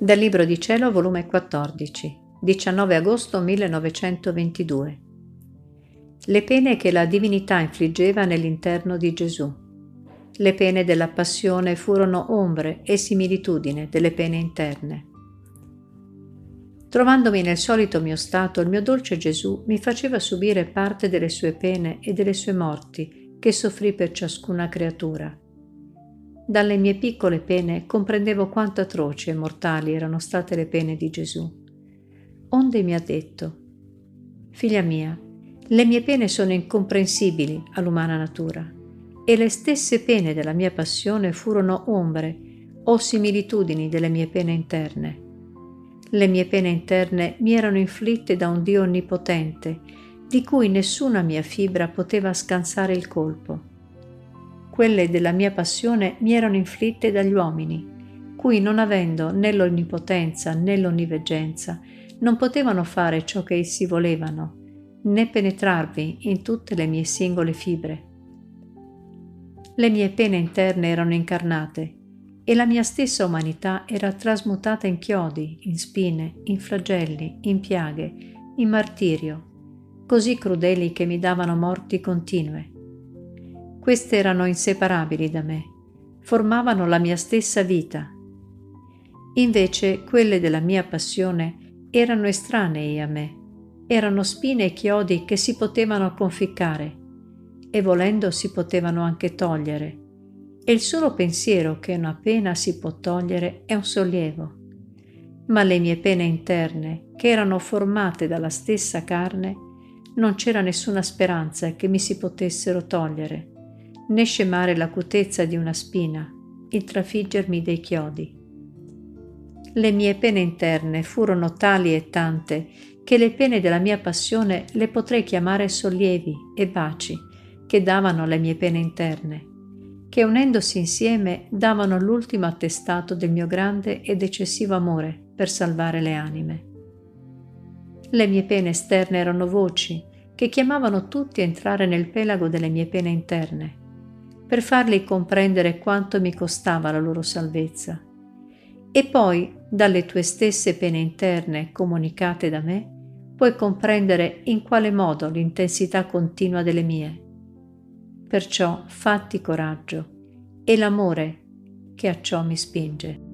Dal Libro di Cielo, volume 14, 19 agosto 1922. Le pene che la divinità infliggeva nell'interno di Gesù. Le pene della passione furono ombre e similitudine delle pene interne. Trovandomi nel solito mio stato, il mio dolce Gesù mi faceva subire parte delle sue pene e delle sue morti che soffrì per ciascuna creatura. Dalle mie piccole pene comprendevo quanto atroci e mortali erano state le pene di Gesù. Onde mi ha detto: «Figlia mia, le mie pene sono incomprensibili all'umana natura, e le stesse pene della mia passione furono ombre o similitudini delle mie pene interne. Le mie pene interne mi erano inflitte da un Dio onnipotente, di cui nessuna mia fibra poteva scansare il colpo. Quelle della mia passione mi erano inflitte dagli uomini, cui, non avendo né l'onnipotenza né l'onniveggenza, non potevano fare ciò che essi volevano, né penetrarvi in tutte le mie singole fibre. Le mie pene interne erano incarnate, e la mia stessa umanità era trasmutata in chiodi, in spine, in flagelli, in piaghe, in martirio, così crudeli che mi davano morti continue. Queste erano inseparabili da me, formavano la mia stessa vita. Invece quelle della mia passione erano estranei a me, erano spine e chiodi che si potevano conficcare, e volendo si potevano anche togliere, e il solo pensiero che una pena si può togliere è un sollievo. Ma le mie pene interne, che erano formate dalla stessa carne, non c'era nessuna speranza che mi si potessero togliere, né scemare l'acutezza di una spina, il trafiggermi dei chiodi. Le mie pene interne furono tali e tante che le pene della mia passione le potrei chiamare sollievi e baci che davano le mie pene interne, che unendosi insieme davano l'ultimo attestato del mio grande ed eccessivo amore per salvare le anime. Le mie pene esterne erano voci che chiamavano tutti a entrare nel pelago delle mie pene interne, per farli comprendere quanto mi costava la loro salvezza. E poi, dalle tue stesse pene interne comunicate da me, puoi comprendere in quale modo l'intensità continua delle mie. Perciò fatti coraggio, e l'amore che a ciò mi spinge.